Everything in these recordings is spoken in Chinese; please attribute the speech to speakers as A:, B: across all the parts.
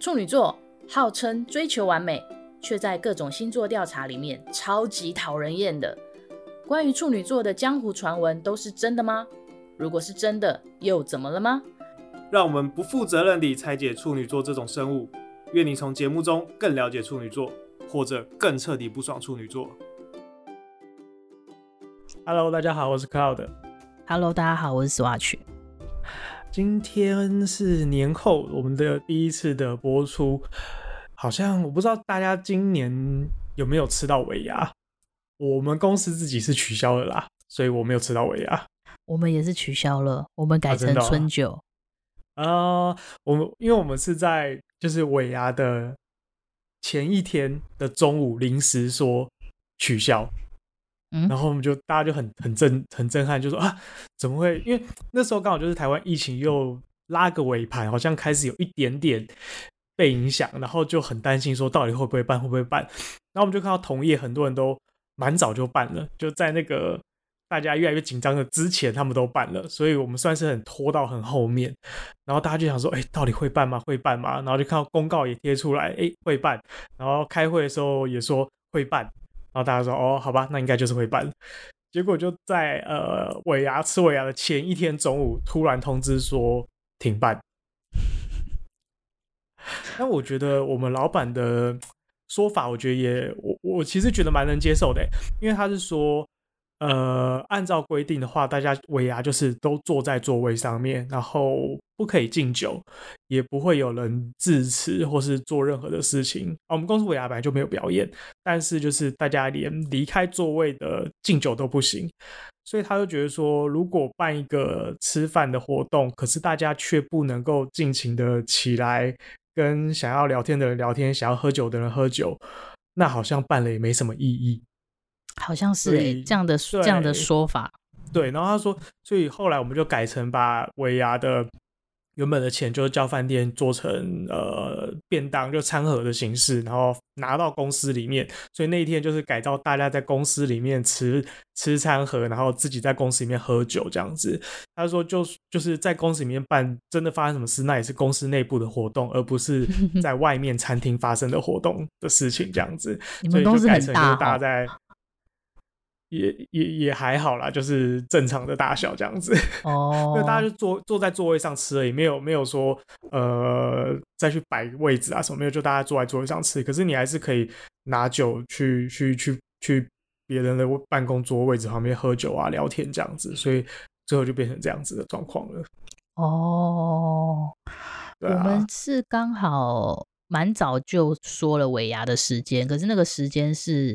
A: 处女座号称追求完美，却在各种星座调查里面超级讨人厌的。关于处女座的江湖传闻都是真的吗？如果是真的，又怎么了吗？
B: 让我们不负责任地拆解处女座这种生物。愿你从节目中更了解处女座，或者更彻底不爽处女座。Hello， 大家好，我是 Cloud。Hello，
A: 大家好，我是 Swatch。
B: 今天是年后我们的第一次的播出，好像我不知道大家今年有没有吃到尾牙。我们公司自己是取消了啦，所以我没有吃到尾牙。
A: 我们也是取消了，我们改成春酒。
B: 因为我们是在就是尾牙的前一天的中午临时说取消。然后我们大家就很震撼，就说啊，怎么会？因为那时候刚好就是台湾疫情又拉个尾盘，好像开始有一点点被影响，然后就很担心说到底会不会办。然后我们就看到同业很多人都蛮早就办了，就在那个大家越来越紧张的之前他们都办了，所以我们算是很拖到很后面。然后大家就想说到底会办吗？然后就看到公告也贴出来会办，然后开会的时候也说会办，然后大家说好吧，那应该就是会办。结果就在吃尾牙的前一天中午突然通知说停办。但我觉得我们老板的说法，我觉得我其实觉得蛮能接受的，因为他是说按照规定的话，大家尾牙就是都坐在座位上面，然后不可以敬酒，也不会有人致辞或是做任何的事情。我们公司尾牙本来就没有表演，但是就是大家连离开座位的敬酒都不行，所以他就觉得说，如果办一个吃饭的活动，可是大家却不能够尽情的起来跟想要聊天的人聊天，想要喝酒的人喝酒，那好像办了也没什么意义。
A: 好像是这样的说法。
B: 对，然后他说，所以后来我们就改成把尾牙的原本的钱就是叫饭店做成便当，就餐盒的形式，然后拿到公司里面，所以那一天就是改到大家在公司里面吃餐盒，然后自己在公司里面喝酒这样子。他说就是在公司里面办，真的发生什么事那也是公司内部的活动，而不是在外面餐厅发生的活动的事情这样子。
A: 你们公司很大，
B: 所以就改成就是大家在也还好啦，就是正常的大小这样子。因为大家就坐在座位上吃而已，没有说再去摆位置啊什么，没有，就大家坐在座位上吃。可是你还是可以拿酒去别人的办公桌位置旁边喝酒啊聊天这样子，所以最后就变成这样子的状况了。对啊，
A: 我们是刚好蛮早就说了尾牙的时间，可是那个时间是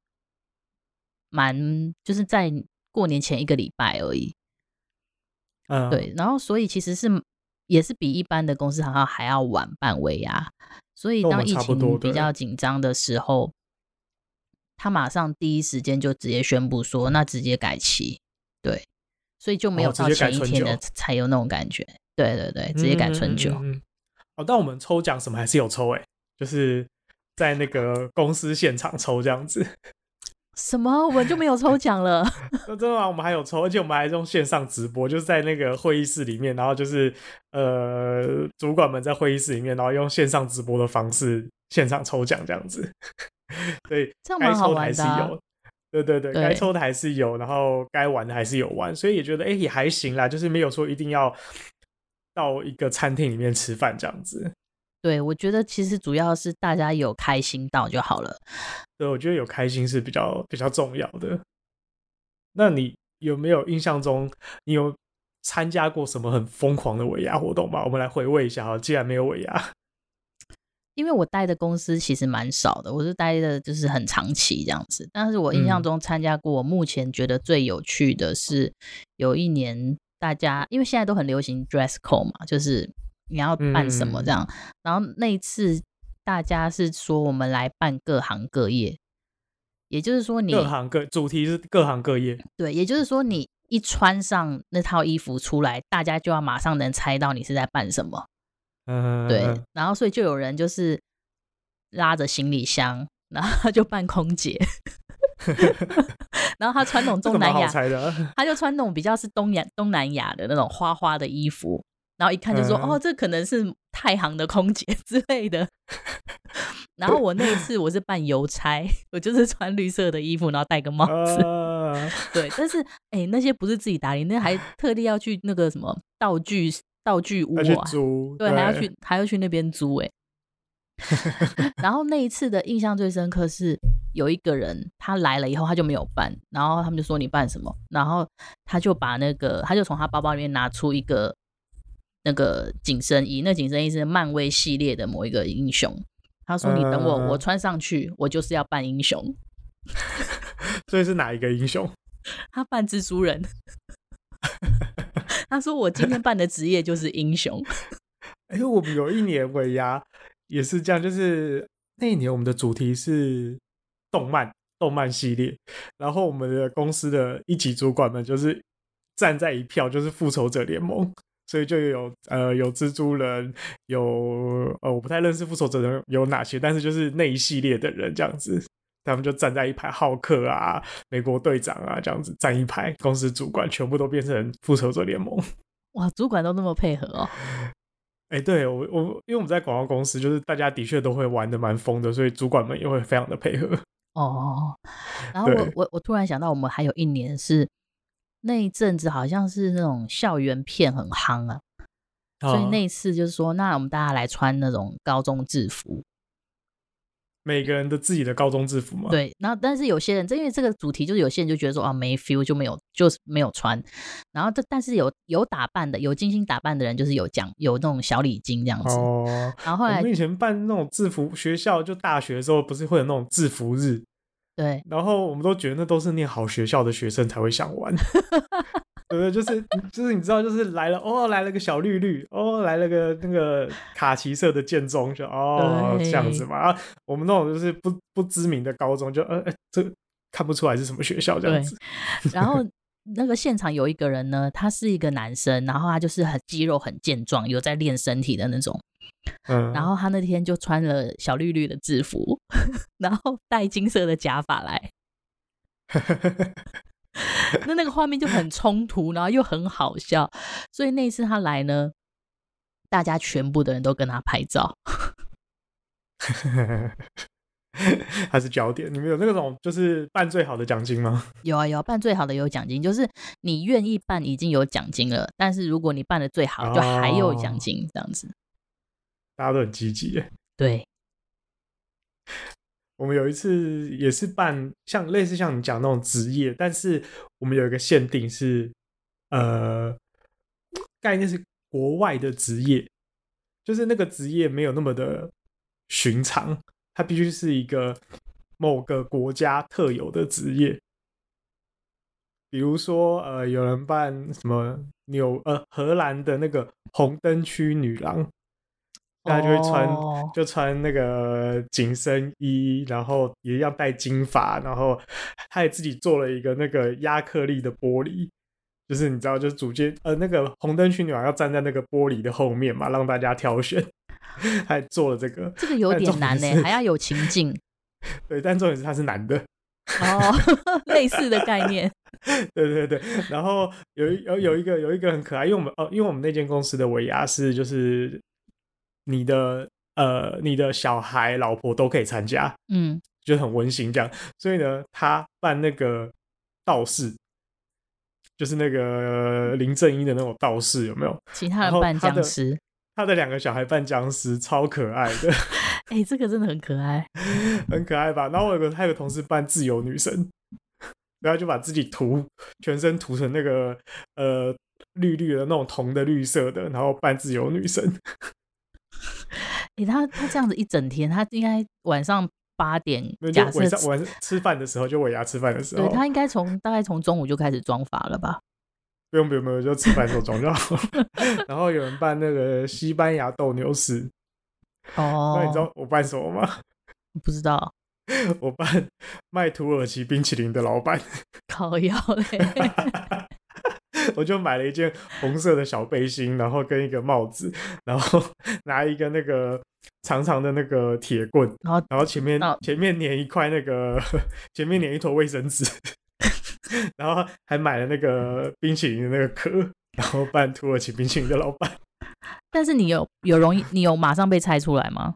A: 就是在过年前1个礼拜而已。对，然后所以其实也是比一般的公司行号还要晚办尾牙，所以当疫情比较紧张的时候，他马上第一时间就直接宣布说那直接改期。对，所以就没有到前一天的才有那种感觉。对，直接改春酒。
B: 但我们抽奖什么还是有抽就是在那个公司现场抽这样子。
A: 什么？我们就没有抽奖了？
B: 真的吗？我们还有抽，而且我们还用线上直播，就是在那个会议室里面，然后就是主管们在会议室里面，然后用线上直播的方式现场抽奖这样子。所以
A: 这样蛮好玩的啊。
B: 对，该抽的还是有，然后该玩的还是有玩，所以也觉得也还行啦，就是没有说一定要到一个餐厅里面吃饭这样子。
A: 对，我觉得其实主要是大家有开心到就好了。
B: 对，我觉得有开心是比较重要的。那你有没有印象中你有参加过什么很疯狂的尾牙活动吗？我们来回味一下，既然没有尾牙。
A: 因为我待的公司其实蛮少的，我是待的就是很长期这样子，但是我印象中参加过，我目前觉得最有趣的是有一年大家因为现在都很流行 dress code 嘛，就是你要办什么这样，然后那一次大家是说我们来办各行各业，也就是说
B: 主题是各行各业。
A: 对，也就是说你一穿上那套衣服出来，大家就要马上能猜到你是在办什么。对，然后所以就有人就是拉着行李箱，然后他就扮空姐。然后他穿那种东南亚，他就穿那种比较是东南亚的那种花花的衣服， 然后一看就说哦，这可能是太行的空姐之类的。然后我那一次我是扮邮差，我就是穿绿色的衣服，然后戴个帽子。对，但是那些不是自己打理，那还特地要去那个什么道具屋
B: 要去租，
A: 对，还要去那边租然后那一次的印象最深刻是有一个人他来了以后他就没有办，然后他们就说你办什么，然后他就从他包包里面拿出一个那个紧身衣，那紧身衣是漫威系列的某一个英雄，他说你等我穿上去，我就是要扮英雄。
B: 所以是哪一个英雄？
A: 他扮蜘蛛人。他说我今天扮的职业就是英雄。
B: 我们有一年尾牙也是这样，就是那一年我们的主题是动漫系列，然后我们的公司的一级主管们就是站在一票，就是复仇者联盟，所以就有蜘蛛人，有我不太认识复仇者人有哪些，但是就是那一系列的人这样子，他们就站在一排，浩克啊、美国队长啊这样子站一排，公司主管全部都变成复仇者联盟。
A: 哇，主管都那么配合哦。
B: 对，因为我们在广告公司，就是大家的确都会玩的蛮疯的，所以主管们也会非常的配合。
A: 然后我突然想到，我们还有一年是那一阵子好像是那种校园片很夯啊，所以那一次就是说，那我们大家来穿那种高中制服。
B: 每个人的自己的高中制服嘛。
A: 对，然后但是有些人因为这个主题，就是有些人就觉得说没 feel 就是没有穿，然后但是有打扮的，有精心打扮的人就是有那种小礼金这样子。然后后来
B: 我们以前办那种制服，学校就大学的时候不是会有那种制服日，
A: 对，
B: 然后我们都觉得那都是念好学校的学生才会想玩。对，就是你知道，就是来了个小绿绿，来了个那个卡其色的建中，就这样子嘛。我们那种就是不知名的高中，就这看不出来是什么学校这样子。
A: 然后那个现场有一个人呢，他是一个男生，然后他就是肌肉很健壮，有在练身体的那种。然后他那天就穿了小绿绿的制服，然后戴金色的假发来。那个画面就很冲突，然后又很好笑，所以那一次他来呢，大家全部的人都跟他拍照。
B: 他是焦点。你们有那种就是办最好的奖金吗？
A: 有啊，办最好的有奖金，就是你愿意办已经有奖金了，但是如果你办的最好，就还有奖金这样子。
B: 大家都很积极耶。
A: 对。
B: 我们有一次也是办类似像你讲那种职业，但是我们有一个限定是概念是国外的职业，就是那个职业没有那么的寻常，它必须是一个某个国家特有的职业。比如说有人办什么荷兰的那个红灯区女郎，大家就会穿那个紧身衣，然后也一样戴金发，然后他也自己做了一个那个亚克力的玻璃，就是你知道，就是主角那个红灯区女郎要站在那个玻璃的后面嘛，让大家挑选，他也做了这个
A: 有点难耶，还要有情境。
B: 对，但重点是他是男的。
A: 类似的概念。
B: 对，然后有一个很可爱，因为我们那间公司的尾牙是就是你的小孩、老婆都可以参加，就很温馨这样。所以呢，他办那个道士，就是那个林正英的那种道士，有没有？
A: 其他人扮僵尸，
B: 他的2个小孩扮僵尸，超可爱的。
A: 这个真的很可爱，
B: 很可爱吧？然后他有个同事扮自由女神，然后就把自己全身涂成那个绿绿的那种铜的绿色的，然后扮自由女神。
A: 他这样子一整天，他应该晚上8点，
B: 假设晚上吃饭的时候，就尾牙吃饭的时候，
A: 对，他应该大概从中午就开始妆发了吧？
B: 不用，就吃饭的时候妆就好。然后有人扮那个西班牙斗牛士。那你知道我扮什么吗？
A: 不知道。
B: 我扮卖土耳其冰淇淋的老板。
A: 靠腰嘞。
B: 我就买了一件红色的小背心，然后跟一个帽子，然后拿一个那个长长的那个铁棍，然后前面粘一块那个前面粘一坨卫生纸，然后还买了那个冰淇淋的那个壳，然后扮土耳其冰淇淋的老板。
A: 但是你有马上被猜出来吗？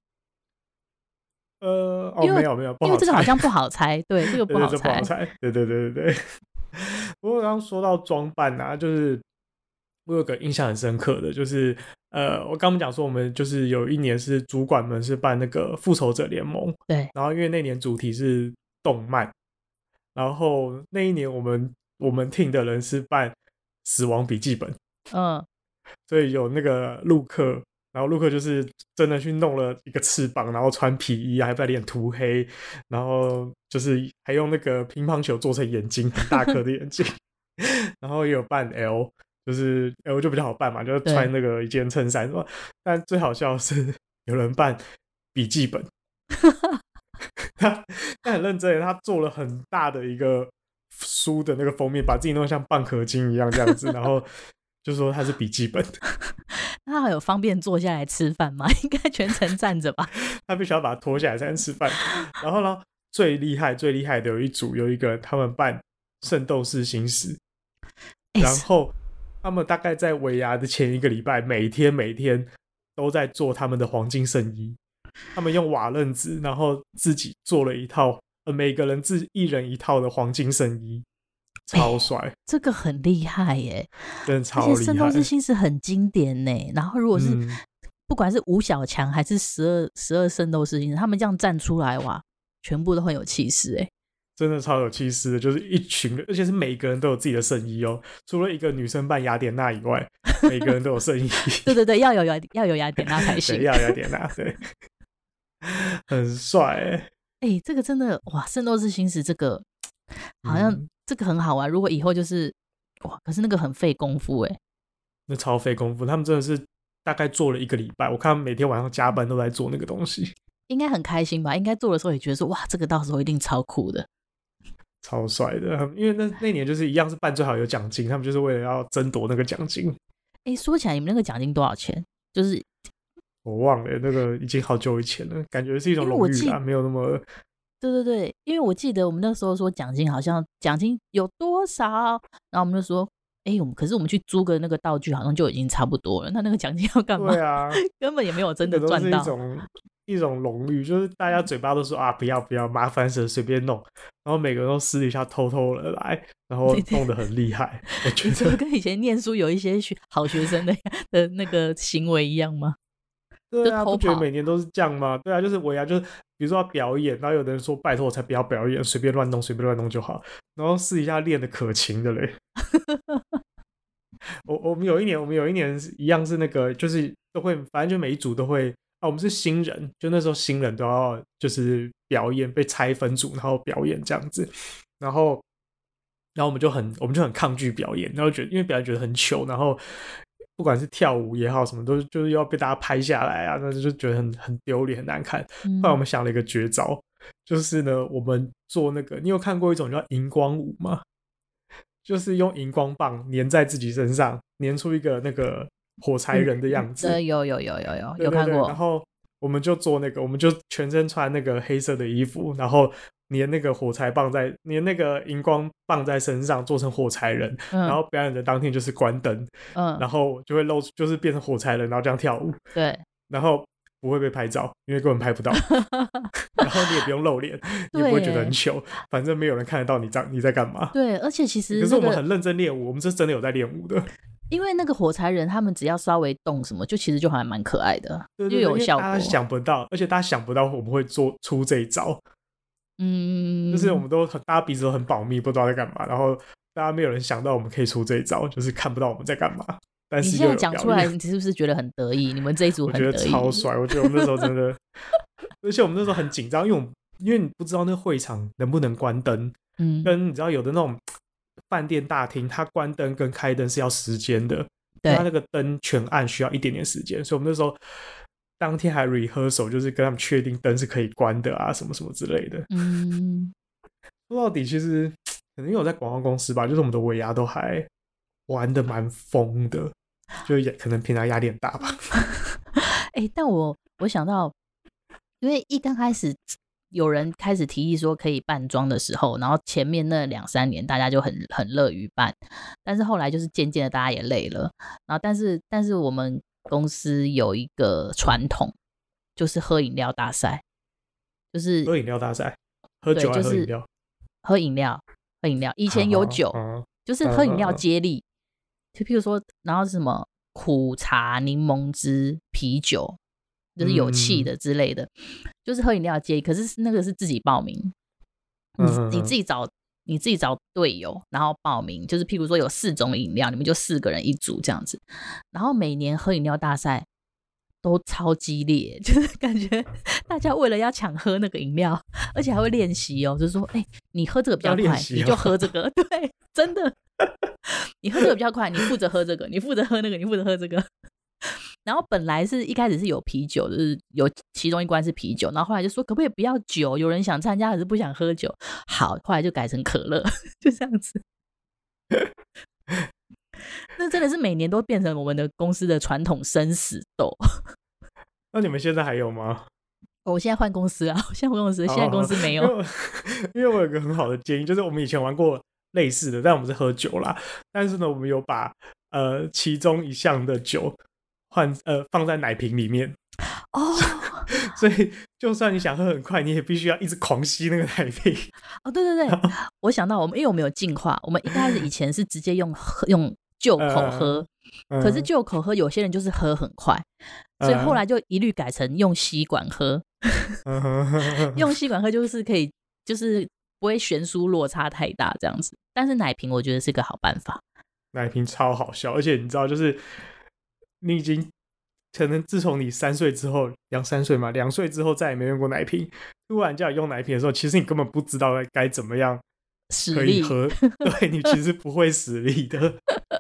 B: 没有，
A: 因为这个好像不好猜，对，这个不好猜，
B: 对。不过刚刚说到装扮啊，就是我有个印象很深刻的，就是我刚刚讲说我们就是有一年是主管们是办那个复仇者联盟，
A: 对，
B: 然后因为那年主题是动漫，然后那一年我们 team 的人是办死亡笔记本，所以有那个陆克，然后陆克就是真的去弄了一个翅膀，然后穿皮衣，还把脸涂黑，然后就是还用那个乒乓球做成眼睛，很大颗的眼睛，然后也有扮 L， 就是 L 就比较好扮嘛，就是穿那个一件衬衫，但最好笑的是有人扮笔记本，他很认真，他做了很大的一个书的那个封面，把自己弄得像蚌壳精一样这样子，然后就说他是笔记本。
A: 那他有方便坐下来吃饭吗？应该全程站着吧。
B: 他必须要把它脱下来才能吃饭。然后呢，最厉害的有一个人他们办圣斗士星矢，然后他们大概在尾牙的前一个礼拜，每天都在做他们的黄金圣衣。他们用瓦楞纸，然后自己做了一套，每个人一人一套的黄金圣衣。超帅，
A: 这个很厉害耶，
B: 真的超厉害。而且
A: 圣斗士星矢很经典呢，然后如果是、不管是吴小强还是12圣斗士星矢，他们这样站出来哇，全部都很有气势哎，
B: 真的超有气势的，就是一群人，而且是每个人都有自己的圣衣哦，除了一个女生扮雅典娜以外，每个人都有圣衣。
A: 对，要有雅典娜才行，
B: 要有雅典娜，对，很帅
A: 哎，这个真的哇，圣斗士星矢这个好像。这个很好玩，如果以后就是哇，可是那个很费功夫哎，
B: 那超费功夫，他们真的是大概做了1个礼拜，我看他们每天晚上加班都在做那个东西，
A: 应该很开心吧？应该做的时候也觉得说哇，这个到时候一定超酷的，
B: 超帅的。因为那年就是一样是办最好有奖金，他们就是为了要争夺那个奖金。
A: 哎，说起来你们那个奖金多少钱？就是
B: 我忘了，那个已经好久以前了，感觉是一种荣誉啦，没有那么。
A: 对，因为我记得我们那时候说奖金好像奖金有多少，然后我们就说，可是我们去租个那个道具好像就已经差不多了，那个奖金要干嘛？
B: 对啊，
A: 根本也没有真的赚到。
B: 一种荣誉，就是大家嘴巴都说啊不要麻烦死了，随便弄，然后每个人都私底下偷的来，然后弄得很厉害。我觉得
A: 跟以前念书有一些好学生的那个行为一样吗？
B: 对啊，不觉得每年都是这样吗？对啊，就是尾牙就是比如说要表演，然后有的人说拜托我才不要表演，随便乱弄就好，然后私底下练的可勤的嘞。我们有一年一样是那个，就是都会，反正就每一组都会啊，我们是新人，就那时候新人都要就是表演，被拆分组然后表演这样子，然后我们就很抗拒表演，然后因为表演觉得很糗，然后不管是跳舞也好什么，都就是要被大家拍下来啊，那就觉得很丢脸很难看。后来我们想了一个绝招，就是呢我们做那个，你有看过一种叫荧光舞吗？就是用荧光棒粘在自己身上，粘出一个那个火柴人的样子。
A: 有看过。
B: 然后我们就做那个，我们就全身穿那个黑色的衣服，然后粘那个火柴棒粘那个荧光棒在身上，做成火柴人。然后表演的当天就是关灯，然后就会就是变成火柴人，然后这样跳舞。
A: 对，
B: 然后不会被拍照，因为根本拍不到。然后你也不用露脸，你也不会觉得很糗，反正没有人看得到你在干嘛。
A: 对，而且其实、
B: 可是我们很认真练舞，我们是真的有在练舞的。
A: 因为那个火柴人他们只要稍微动什么，就其实就还蛮可爱的，
B: 对，
A: 就有效果。
B: 大家想不到，而且大家想不到我们会出这一招。就是我们大家彼此都很保密，不知道在干嘛，然后大家没有人想到我们可以出这一招，就是看不到我们在干嘛。但是
A: 你现在讲出来，你是不是觉得很得意？你们这一组很得意，
B: 我觉得超帅。我觉得我们那时候真的，而且我们那时候很紧张，因为你不知道那个会场能不能关灯，跟你知道有的那种饭店大厅，它关灯跟开灯是要时间的，它那个灯全暗需要一点点时间，所以我们那时候当天还 rehearsal， 就是跟他们确定灯是可以关的啊，什么什么之类的。说到底，其实可能因为我在广告公司吧，就是我们的尾牙都还玩的蛮疯的，就也可能平常压力很大吧。
A: 但我想到，因为刚开始有人开始提议说可以扮装的时候，然后前面那2-3年大家就很乐于扮，但是后来就是渐渐的大家也累了，然后但是我们公司有一个传统，就是喝饮料大赛，就是
B: 喝饮料大赛，喝酒还是喝饮料？
A: 喝饮料，喝饮料。以前有酒，就是喝饮料接力，就譬如说，然后是什么苦茶、柠檬汁、啤酒，就是有气的之类的，就是喝饮料接力。可是那个是自己报名，你自己找队友，然后报名，就是譬如说有4种饮料，你们就4个人一组这样子。然后每年喝饮料大赛都超激烈，就是感觉大家为了要抢喝那个饮料，而且还会练习哦，就是说，你喝这个比较快，你就喝这个，对，真的，你喝这个比较快，你负责喝这个，你负责喝那个，你负责喝这个。然后本来是一开始是有啤酒，就是有其中一关是啤酒，然后后来就说可不可以不要酒，有人想参加可是不想喝酒，好，后来就改成可乐，就这样子。那真的是每年都变成我们的公司的传统生死斗。
B: 那你们现在还有吗？
A: 我现在换公司啊，我现在换公司，现在公司没有。
B: 因为我有个很好的建议，就是我们以前玩过类似的，但我们是喝酒啦，但是呢，我们有把其中一项的酒放在奶瓶里面哦，所以就算你想喝很快，你也必须要一直狂吸那个奶瓶。
A: 哦，对对对，我想到因为我们有进化，我们一开始以前是直接用就口喝，可是就口喝有些人就是喝很快，所以后来就一律改成用吸管喝。用吸管喝就是可以，就是不会悬殊落差太大这样子。但是奶瓶我觉得是个好办法。
B: 奶瓶超好笑，而且你知道，就是你已经可能自从你3岁之后，2、3岁嘛，2岁之后再也没用过奶瓶，突然叫你用奶瓶的时候，其实你根本不知道该怎么样可以喝，对，你其实不会使力的。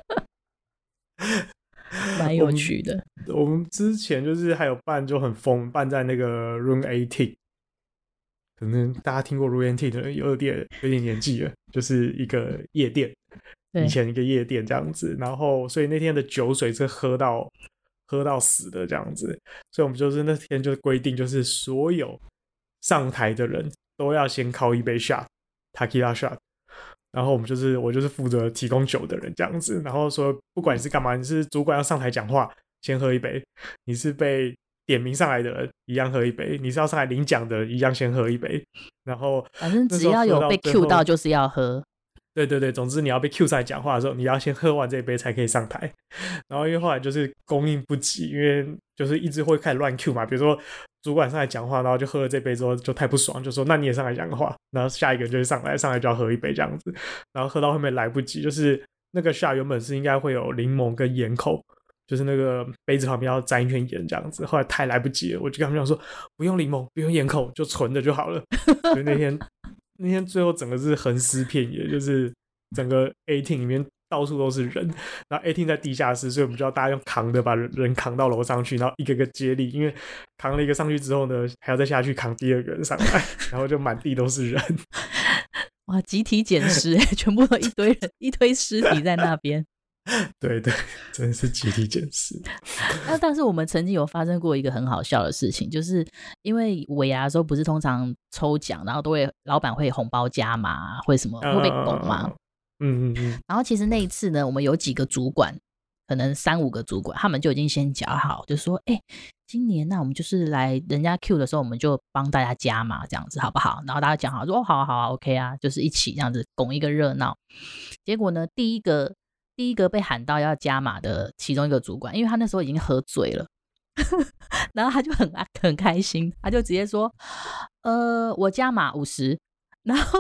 A: 蛮有趣的。
B: 我们之前就是还有办，就很疯，办在那个 Room 18，可能大家听过 Room 18的人有点年纪了，就是一个夜店，以前一个夜店这样子。然后所以那天的酒水是喝到死的这样子，所以我们就是那天就规定，就是所有上台的人都要先靠一杯 shot Tequila shot。然后我就是负责提供酒的人这样子，然后说不管你是干嘛，你是主管要上台讲话，先喝一杯；你是被点名上来的人，一样喝一杯；你是要上来领奖的人，一样先喝一杯。然后
A: 反正只要有被 Q 到就是要喝。
B: 对对对，总之你要被 Q 上来讲话的时候，你要先喝完这杯才可以上台。然后因为后来就是供应不及，因为就是一直会开始乱 Q 嘛，比如说主管上来讲话，然后就喝了这杯之后就太不爽，就说那你也上来讲个话，然后下一个人就上来就要喝一杯这样子，然后喝到后面来不及，就是那个shot原本是应该会有柠檬跟盐口，就是那个杯子旁边要沾一圈盐这样子，后来太来不及了，我就跟他们讲说不用柠檬不用盐口，就纯的就好了。所以那天最后整个是横尸遍野，就是整个 A-Team 里面到处都是人，然后 A-Team 在地下室，所以我们就要大家用扛的把人扛到楼上去，然后一个个接力，因为扛了一个上去之后呢，还要再下去扛第二个人上来，然后就满地都是人。
A: 哇，集体捡尸，全部都一堆人一堆尸体在那边。
B: 对对，真的是集体捡尸。
A: 但是我们曾经有发生过一个很好笑的事情，就是因为尾牙的时候不是通常抽奖，然后老板会红包加码，会什么会被拱嘛。然后其实那一次呢，我们有几个主管，可能3-5个主管，他们就已经先讲好，就说今年那我们就是来人家 Q 的时候，我们就帮大家加码这样子好不好？然后大家讲好说好啊好啊 OK 啊，就是一起这样子拱一个热闹。结果呢，第一个被喊到要加码的其中一个主管，因为他那时候已经喝醉了，然后他就很开心，他就直接说我加码50，然后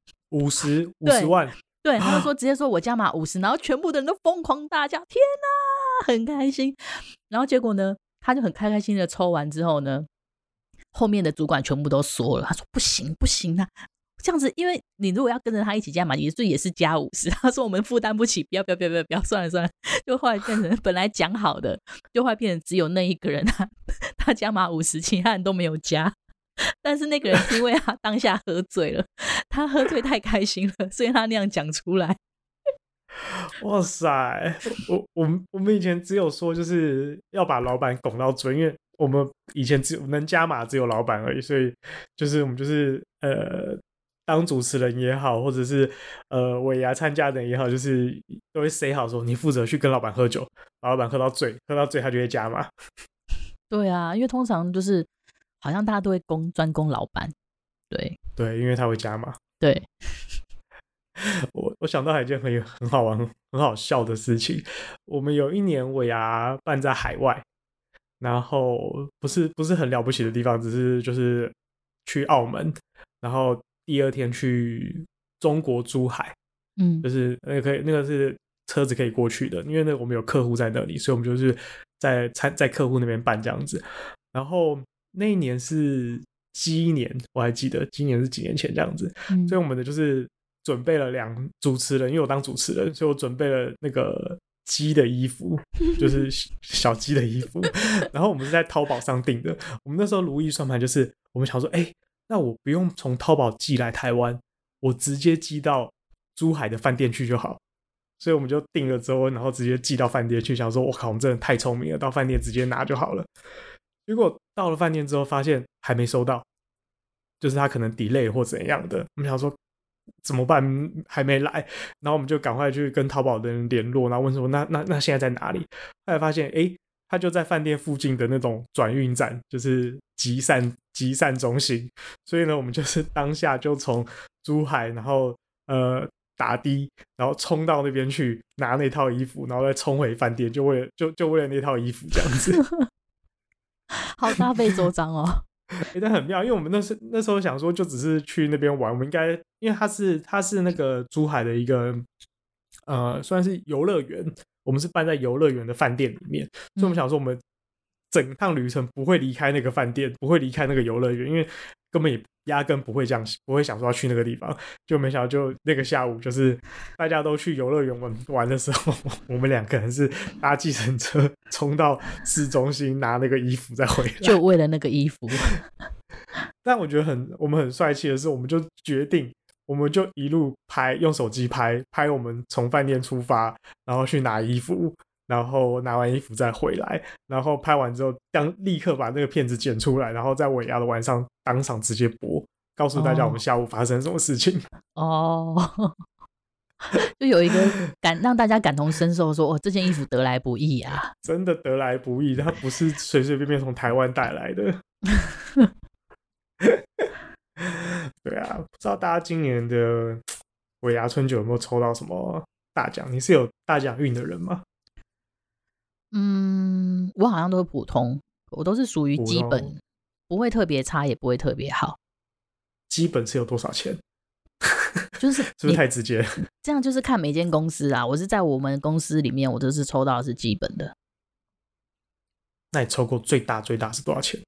B: 50万。
A: 对，他就说直接说我加码50，然后全部的人都疯狂大叫天哪，很开心。然后结果呢，他就很开心的抽完之后呢，后面的主管全部都缩了，他说不行啊，这样子，因为你如果要跟着他一起加码，也是加50。他说我们负担不起，不要，算了，就后来变成本来讲好的，就后来变成只有那一个人他加码50，其他人都没有加。但是那个人是因为他当下喝醉了，他喝醉太开心了，所以他那样讲出来。
B: 哇塞，我们以前只有说就是要把老板拱到嘴，因为我们以前能加码只有老板而已，所以就是我们就是当主持人也好，或者是尾牙参加的人也好，就是都会 say 好说你负责去跟老板喝酒，把老板喝到醉他就会加码。
A: 对啊，因为通常就是好像大家都会专攻老板。对，
B: 因为他会加码。
A: 对。
B: 我想到还有一件很好玩很好笑的事情，我们有一年尾牙办在海外，然后不是很了不起的地方，只是就是去澳门，然后第二天去中国珠海，就是那个是车子可以过去的，因为我们有客户在那里，所以我们就是在客户那边办这样子。然后那一年是鸡年，我还记得鸡年是几年前这样子，所以我们的就是准备了主持人，因为我当主持人，所以我准备了那个鸡的衣服，就是小鸡的衣服。然后我们是在淘宝上订的。我们那时候如意算盘就是我们想说，那我不用从淘宝寄来台湾，我直接寄到珠海的饭店去就好。所以我们就订了之后，然后直接寄到饭店去，想说我靠，我们真的太聪明了，到饭店直接拿就好了。结果到了饭店之后发现还没收到，就是他可能 delay 或怎样的，我们想说怎么办，还没来，然后我们就赶快去跟淘宝的人联络，然后问说那现在在哪里。后来发现他就在饭店附近的那种转运站，就是集散中心。所以呢我们就是当下就从珠海然后打的，然后冲到那边去拿那套衣服，然后再冲回饭店，就为了那套衣服这样子。
A: 好大费周章哦。
B: 但很妙，因为我们那时候想说就只是去那边玩，我们应该因为它是那个珠海的一个算是游乐园，我们是办在游乐园的饭店里面，所以我们想说我们整趟旅程不会离开那个饭店，不会离开那个游乐园，因为根本也压根不会想说要去那个地方。就没想到就那个下午就是大家都去游乐园玩的时候，我们两个人是搭计程车冲到市中心拿那个衣服再回来，
A: 就为了那个衣服。
B: 但我觉得我们很帅气的是，我们就决定我们就一路用手机拍我们从饭店出发，然后去拿衣服，然后拿完衣服再回来，然后拍完之后立刻把那个片子剪出来，然后在尾牙的晚上当场直接播，告诉大家我们下午发生什么事情。
A: 就有一个让大家感同身受说这件衣服得来不易啊，
B: 真的得来不易，它不是随随便便从台湾带来的。对啊，不知道大家今年的尾牙春酒有没有抽到什么大奖？你是有大奖运的人吗？
A: 我好像都是普通，我都是属于基本，不会特别差，也不会特别好。
B: 基本是有多少钱？
A: 就是
B: 是不是太直接？
A: 这样就是看每间公司啊。我是在我们公司里面，我都是抽到的是基本的。
B: 那你抽过最大是多少钱？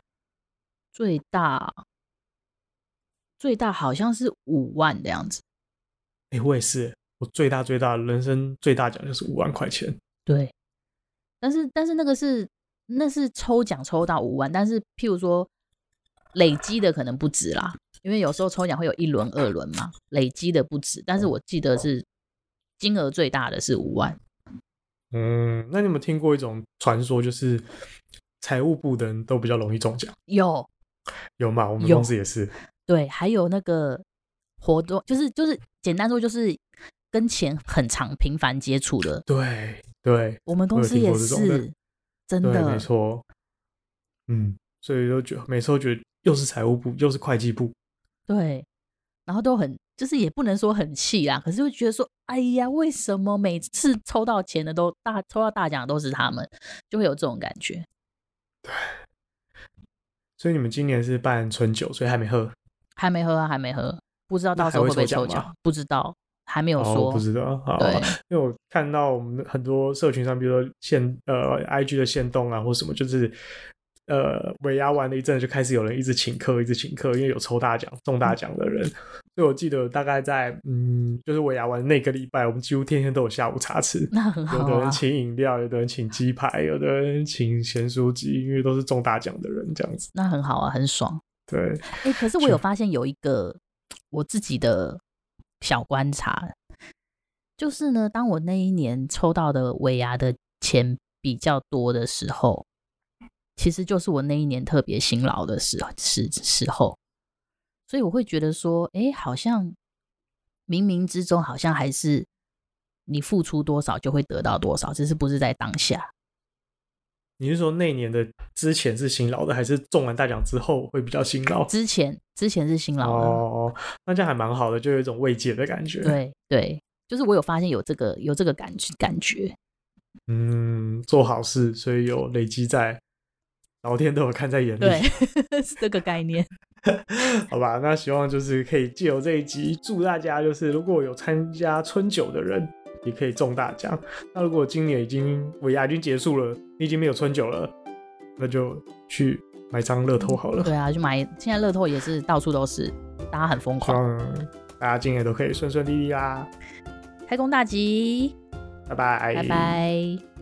A: 最大好像是5万的样子。
B: 我也是，我最大人生最大奖就是5万块钱。
A: 对，但是那是抽奖抽到5万，但是譬如说累积的可能不止啦，因为有时候抽奖会有1轮2轮嘛，累积的不止。但是我记得是金额最大的是5万。
B: 那你有没有听过一种传说，就是财务部的人都比较容易中奖？有吗？我们公司也是。
A: 对，还有那个活动，就是简单说，就是跟钱很频繁接触的。
B: 对，
A: 我们公司也是，真的，
B: 对，没错。所以每次都觉得又是财务部又是会计部，
A: 对，然后都很就是也不能说很气啦，可是会觉得说，哎呀，为什么每次抽到钱的抽到大奖的都是他们，就会有这种感觉。
B: 对，所以你们今年是办春酒，所以还没喝？
A: 还没喝啊，还没喝，不知道到时候会不会抽奖，不知道，还没有说，
B: 不知道。对，因为我看到我们很多社群上，比如说IG 的限动啊，或什么，就是尾牙玩了一阵，就开始有人一直请客，因为有抽大奖、中大奖的人。所以我记得大概在就是尾牙玩那个礼拜，我们几乎天天都有下午茶吃。
A: 那很好啊。
B: 有的人请饮料，有的人请鸡排，有的人请咸酥鸡，因为都是中大奖的人，这样子。
A: 那很好啊，很爽。
B: 对，
A: 可是我有发现有一个我自己的小观察，就是呢，当我那一年抽到的尾牙的钱比较多的时候，其实就是我那一年特别辛劳的时候。 所以我会觉得说，好像冥冥之中好像还是你付出多少就会得到多少，只是不是在当下。
B: 你是说那年的之前是辛劳的，还是中完大奖之后会比较辛劳？
A: 之前是辛劳的。
B: 哦，那这样还蛮好的，就有一种慰藉的感觉。
A: 对对，就是我有发现有这个感觉。
B: 做好事，所以有累积在，老天都有看在眼里。
A: 对，是这个概念。
B: 好吧，那希望就是可以借由这一集，祝大家就是如果有参加春酒的人，也可以中大奖。那如果今年尾牙已经结束了，你已经没有春酒了，那就去买张乐透好了。
A: 对啊，就买，现在乐透也是到处都是，大家很疯狂。
B: 大家今年都可以顺顺利利啦，
A: 开工大吉，
B: 拜拜，
A: 拜拜。